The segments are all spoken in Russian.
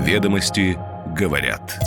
Ведомости говорят.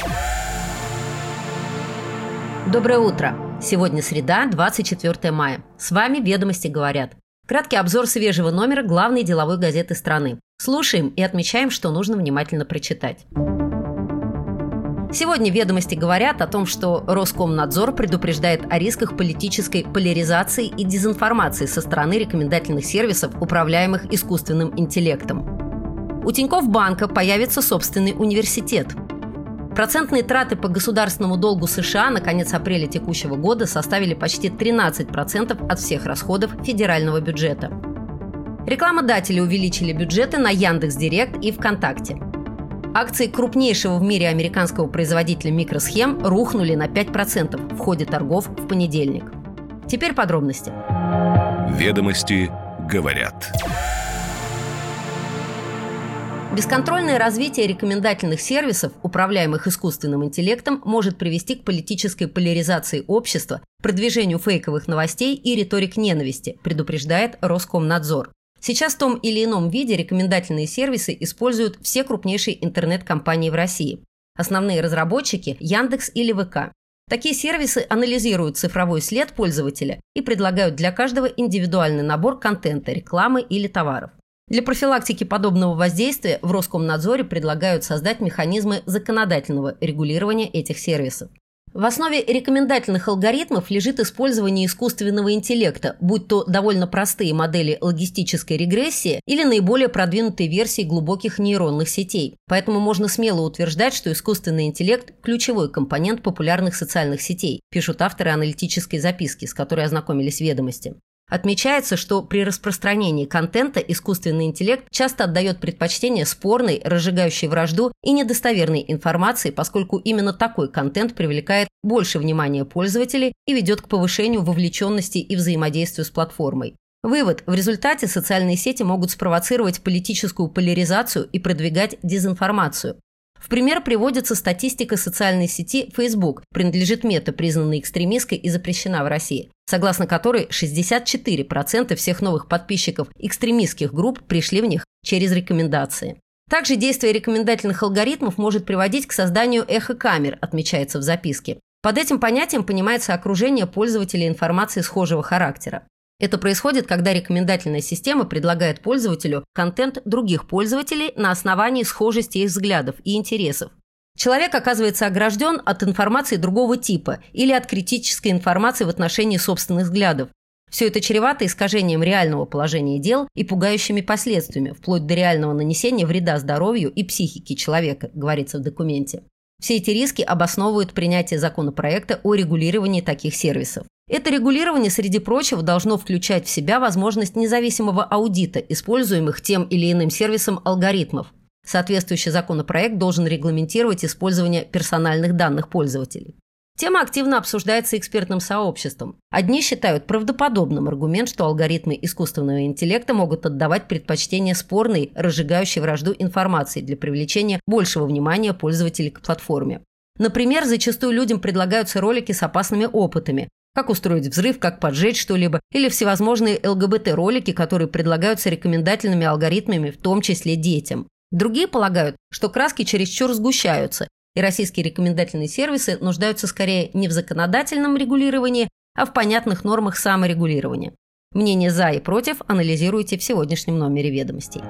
Доброе утро! Сегодня среда, 24 мая. С вами «Ведомости говорят». Краткий обзор свежего номера главной деловой газеты страны. Слушаем и отмечаем, что нужно внимательно прочитать. Сегодня «Ведомости говорят» о том, что Роскомнадзор предупреждает о рисках политической поляризации и дезинформации со стороны рекомендательных сервисов, управляемых искусственным интеллектом. У Тинькофф банка появится собственный университет. Процентные траты по государственному долгу США на конец апреля текущего года составили почти 13% от всех расходов федерального бюджета. Рекламодатели увеличили бюджеты на Яндекс.Директ и ВКонтакте. Акции крупнейшего в мире американского производителя микросхем рухнули на 5% в ходе торгов в понедельник. Теперь подробности. Ведомости говорят. Бесконтрольное развитие рекомендательных сервисов, управляемых искусственным интеллектом, может привести к политической поляризации общества, продвижению фейковых новостей и риторик ненависти, предупреждает Роскомнадзор. Сейчас в том или ином виде рекомендательные сервисы используют все крупнейшие интернет-компании в России. Основные разработчики – Яндекс или ВК. Такие сервисы анализируют цифровой след пользователя и предлагают для каждого индивидуальный набор контента, рекламы или товаров. Для профилактики подобного воздействия в Роскомнадзоре предлагают создать механизмы законодательного регулирования этих сервисов. В основе рекомендательных алгоритмов лежит использование искусственного интеллекта, будь то довольно простые модели логистической регрессии или наиболее продвинутые версии глубоких нейронных сетей. Поэтому можно смело утверждать, что искусственный интеллект – ключевой компонент популярных социальных сетей, пишут авторы аналитической записки, с которой ознакомились «Ведомости». Отмечается, что при распространении контента искусственный интеллект часто отдает предпочтение спорной, разжигающей вражду и недостоверной информации, поскольку именно такой контент привлекает больше внимания пользователей и ведет к повышению вовлеченности и взаимодействию с платформой. Вывод: в результате социальные сети могут спровоцировать политическую поляризацию и продвигать дезинформацию. В пример приводится статистика социальной сети Facebook, принадлежит Мета, признанной экстремистской и запрещена в России, согласно которой 64% всех новых подписчиков экстремистских групп пришли в них через рекомендации. Также действие рекомендательных алгоритмов может приводить к созданию эхокамер, отмечается в записке. Под этим понятием понимается окружение пользователей информацией схожего характера. Это происходит, когда рекомендательная система предлагает пользователю контент других пользователей на основании схожести их взглядов и интересов. Человек оказывается огражден от информации другого типа или от критической информации в отношении собственных взглядов. Все это чревато искажением реального положения дел и пугающими последствиями, вплоть до реального нанесения вреда здоровью и психике человека, говорится в документе. Все эти риски обосновывают принятие законопроекта о регулировании таких сервисов. Это регулирование, среди прочего, должно включать в себя возможность независимого аудита, используемых тем или иным сервисом алгоритмов. Соответствующий законопроект должен регламентировать использование персональных данных пользователей. Тема активно обсуждается экспертным сообществом. Одни считают правдоподобным аргумент, что алгоритмы искусственного интеллекта могут отдавать предпочтение спорной, разжигающей вражду информации для привлечения большего внимания пользователей к платформе. Например, зачастую людям предлагаются ролики с опасными опытами, как устроить взрыв, как поджечь что-либо, или всевозможные ЛГБТ-ролики, которые предлагаются рекомендательными алгоритмами, в том числе детям. Другие полагают, что краски чересчур сгущаются, и российские рекомендательные сервисы нуждаются скорее не в законодательном регулировании, а в понятных нормах саморегулирования. Мнения «за» и «против» анализируйте в сегодняшнем номере «Ведомостей».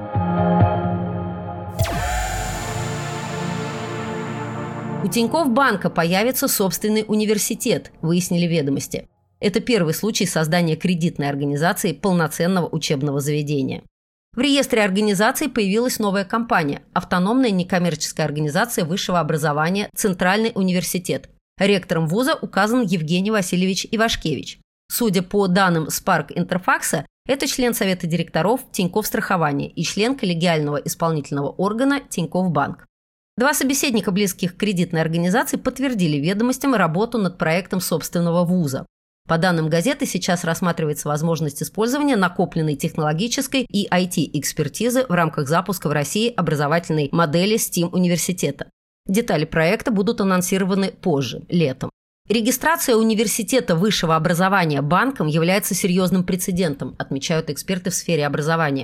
У Тинькофф банка появится собственный университет, выяснили «Ведомости». Это первый случай создания кредитной организации полноценного учебного заведения. В реестре организаций появилась новая компания – автономная некоммерческая организация высшего образования «Центральный университет». Ректором вуза указан Евгений Васильевич Ивашкевич. Судя по данным Spark Интерфакса, это член Совета директоров Тинькофф Страхования и член коллегиального исполнительного органа Тинькофф Банк. Два собеседника, близких к кредитной организации, подтвердили «Ведомостям» работу над проектом собственного вуза. По данным газеты, сейчас рассматривается возможность использования накопленной технологической и IT-экспертизы в рамках запуска в России образовательной модели STEAM-университета. Детали проекта будут анонсированы позже, летом. Регистрация университета высшего образования банком является серьезным прецедентом, отмечают эксперты в сфере образования.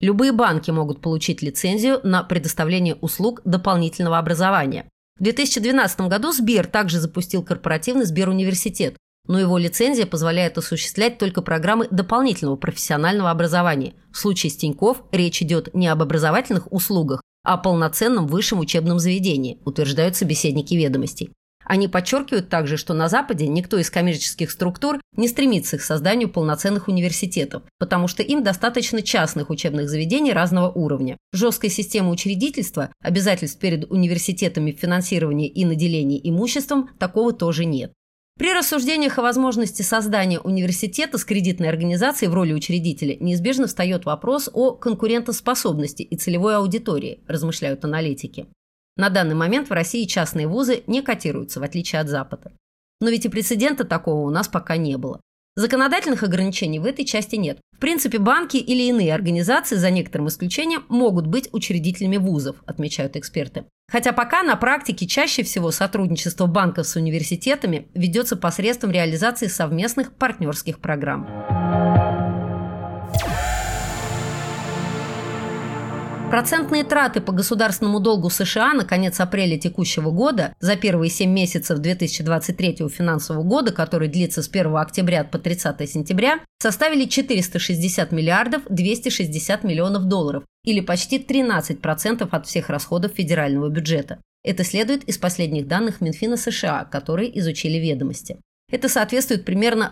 Любые банки могут получить лицензию на предоставление услуг дополнительного образования. В 2012 году Сбер также запустил корпоративный Сберуниверситет, но его лицензия позволяет осуществлять только программы дополнительного профессионального образования. В случае с Тинькофф речь идет не об образовательных услугах, а о полноценном высшем учебном заведении, утверждают собеседники «Ведомостей». Они подчеркивают также, что на Западе никто из коммерческих структур не стремится к созданию полноценных университетов, потому что им достаточно частных учебных заведений разного уровня. Жесткой системы учредительства, обязательств перед университетами в финансировании и наделении имуществом такого тоже нет. При рассуждениях о возможности создания университета с кредитной организацией в роли учредителя неизбежно встает вопрос о конкурентоспособности и целевой аудитории, размышляют аналитики. На данный момент в России частные вузы не котируются, в отличие от Запада. Но ведь и прецедента такого у нас пока не было. Законодательных ограничений в этой части нет. В принципе, банки или иные организации, за некоторым исключением, могут быть учредителями вузов, отмечают эксперты. Хотя пока на практике чаще всего сотрудничество банков с университетами ведется посредством реализации совместных партнерских программ. Процентные траты по государственному долгу США на конец апреля текущего года за первые 7 месяцев 2023 финансового года, который длится с 1 октября по 30 сентября, составили 460 миллиардов 260 миллионов долларов, или почти 13% от всех расходов федерального бюджета. Это следует из последних данных Минфина США, которые изучили «Ведомости». Это соответствует примерно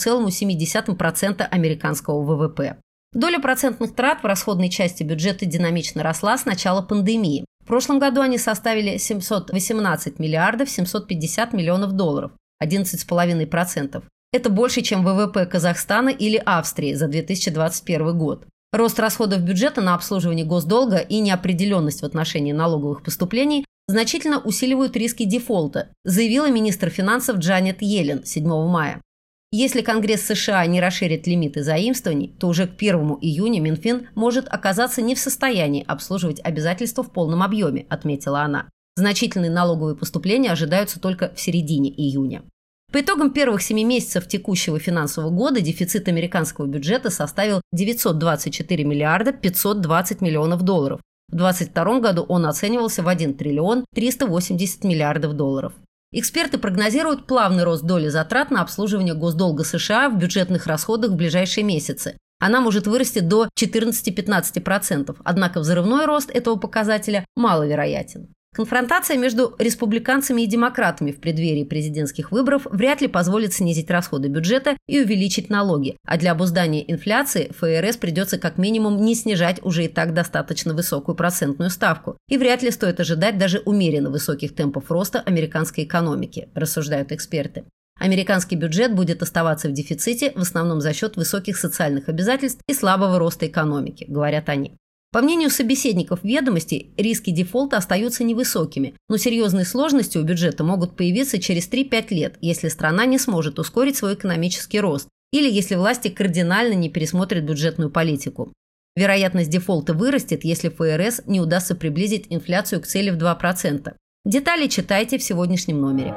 1,7% американского ВВП. Доля процентных трат в расходной части бюджета динамично росла с начала пандемии. В прошлом году они составили 718 миллиардов 750 миллионов долларов, 11,5%. Это больше, чем ВВП Казахстана или Австрии за 2021 год. Рост расходов бюджета на обслуживание госдолга и неопределенность в отношении налоговых поступлений значительно усиливают риски дефолта, заявила министр финансов Джанет Йеллен 7 мая. Если Конгресс США не расширит лимиты заимствований, то уже к 1 июня Минфин может оказаться не в состоянии обслуживать обязательства в полном объеме, отметила она. Значительные налоговые поступления ожидаются только в середине июня. По итогам первых 7 месяцев текущего финансового года дефицит американского бюджета составил 924 миллиарда 520 миллионов долларов. В 2022 году он оценивался в 1 триллион 380 миллиардов долларов. Эксперты прогнозируют плавный рост доли затрат на обслуживание госдолга США в бюджетных расходах в ближайшие месяцы. Она может вырасти до 14-15%, однако взрывной рост этого показателя маловероятен. Конфронтация между республиканцами и демократами в преддверии президентских выборов вряд ли позволит снизить расходы бюджета и увеличить налоги, а для обуздания инфляции ФРС придется как минимум не снижать уже и так достаточно высокую процентную ставку, и вряд ли стоит ожидать даже умеренно высоких темпов роста американской экономики, рассуждают эксперты. Американский бюджет будет оставаться в дефиците в основном за счет высоких социальных обязательств и слабого роста экономики, говорят они. По мнению собеседников «Ведомостей», риски дефолта остаются невысокими, но серьезные сложности у бюджета могут появиться через 3-5 лет, если страна не сможет ускорить свой экономический рост или если власти кардинально не пересмотрят бюджетную политику. Вероятность дефолта вырастет, если ФРС не удастся приблизить инфляцию к цели в 2%. Детали читайте в сегодняшнем номере.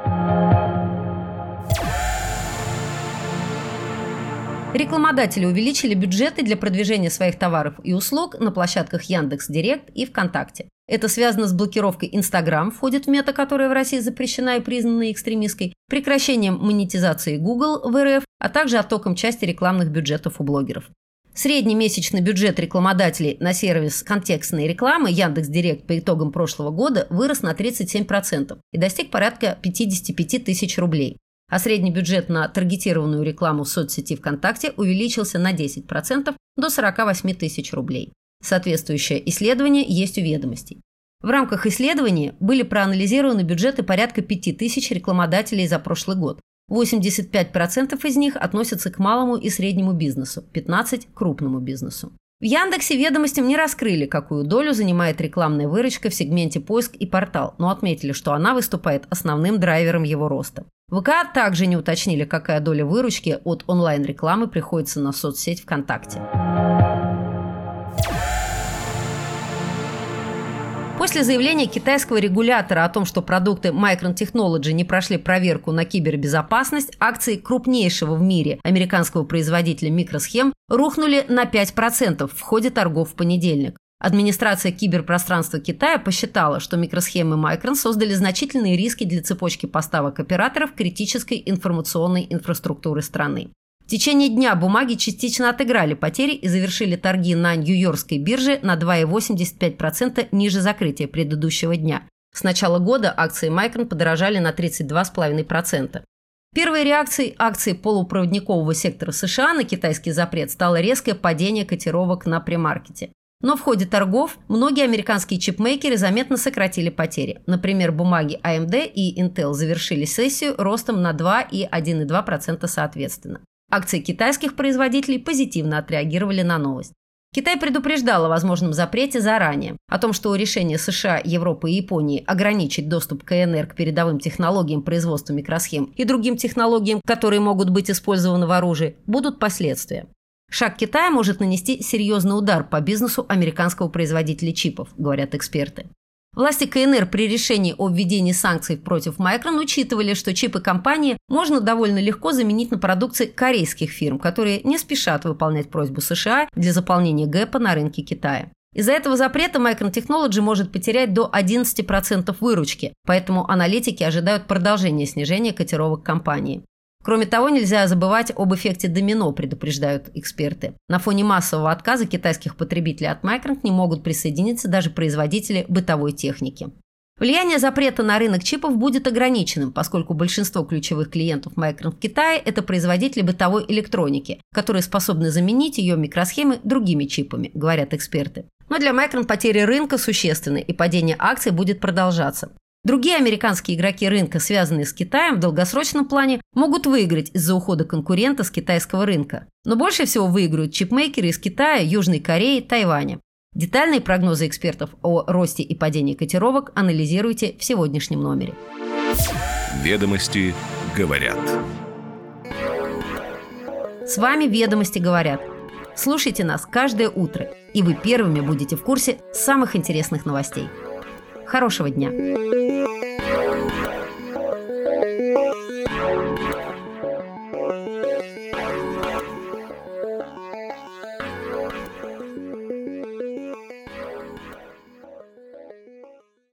Рекламодатели увеличили бюджеты для продвижения своих товаров и услуг на площадках Яндекс.Директ и ВКонтакте. Это связано с блокировкой Instagram, входит в мета, которая в России запрещена и признана экстремистской, прекращением монетизации Google в РФ, а также оттоком части рекламных бюджетов у блогеров. Средний месячный бюджет рекламодателей на сервис контекстной рекламы Яндекс.Директ по итогам прошлого года вырос на 37% и достиг порядка 55 тысяч рублей. А средний бюджет на таргетированную рекламу в соцсети ВКонтакте увеличился на 10% до 48 тысяч рублей. Соответствующее исследование есть у «Ведомостей». В рамках исследования были проанализированы бюджеты порядка 5000 рекламодателей за прошлый год. 85% из них относятся к малому и среднему бизнесу, 15% – к крупному бизнесу. В Яндексе «Ведомостям» не раскрыли, какую долю занимает рекламная выручка в сегменте поиск и портал, но отметили, что она выступает основным драйвером его роста. ВК также не уточнили, какая доля выручки от онлайн-рекламы приходится на соцсеть ВКонтакте. После заявления китайского регулятора о том, что продукты Micron Technology не прошли проверку на кибербезопасность, акции крупнейшего в мире американского производителя микросхем рухнули на 5% в ходе торгов в понедельник. Администрация киберпространства Китая посчитала, что микросхемы Micron создали значительные риски для цепочки поставок операторов критической информационной инфраструктуры страны. В течение дня бумаги частично отыграли потери и завершили торги на Нью-Йоркской бирже на 2,85% ниже закрытия предыдущего дня. С начала года акции Micron подорожали на 32,5%. Первой реакцией акций полупроводникового сектора США на китайский запрет стало резкое падение котировок на премаркете. Но в ходе торгов многие американские чипмейкеры заметно сократили потери. Например, бумаги AMD и Intel завершили сессию ростом на 2 и 1,2% соответственно. Акции китайских производителей позитивно отреагировали на новость. Китай предупреждал о возможном запрете заранее. О том, что решение США, Европы и Японии ограничить доступ КНР к передовым технологиям производства микросхем и другим технологиям, которые могут быть использованы в оружии, будут последствия. Шаг Китая может нанести серьезный удар по бизнесу американского производителя чипов, говорят эксперты. Власти КНР при решении о введении санкций против Micron учитывали, что чипы компании можно довольно легко заменить на продукции корейских фирм, которые не спешат выполнять просьбу США для заполнения гэпа на рынке Китая. Из-за этого запрета Micron Technology может потерять до 11% выручки, поэтому аналитики ожидают продолжения снижения котировок компании. Кроме того, нельзя забывать об эффекте домино, предупреждают эксперты. На фоне массового отказа китайских потребителей от Micron к ним могут присоединиться даже производители бытовой техники. Влияние запрета на рынок чипов будет ограниченным, поскольку большинство ключевых клиентов Micron в Китае – это производители бытовой электроники, которые способны заменить ее микросхемы другими чипами, говорят эксперты. Но для Micron потери рынка существенны, и падение акций будет продолжаться. Другие американские игроки рынка, связанные с Китаем, в долгосрочном плане могут выиграть из-за ухода конкурента с китайского рынка. Но больше всего выиграют чипмейкеры из Китая, Южной Кореи, Тайваня. Детальные прогнозы экспертов о росте и падении котировок анализируйте в сегодняшнем номере. Ведомости говорят. С вами «Ведомости говорят». Слушайте нас каждое утро, и вы первыми будете в курсе самых интересных новостей. Хорошего дня!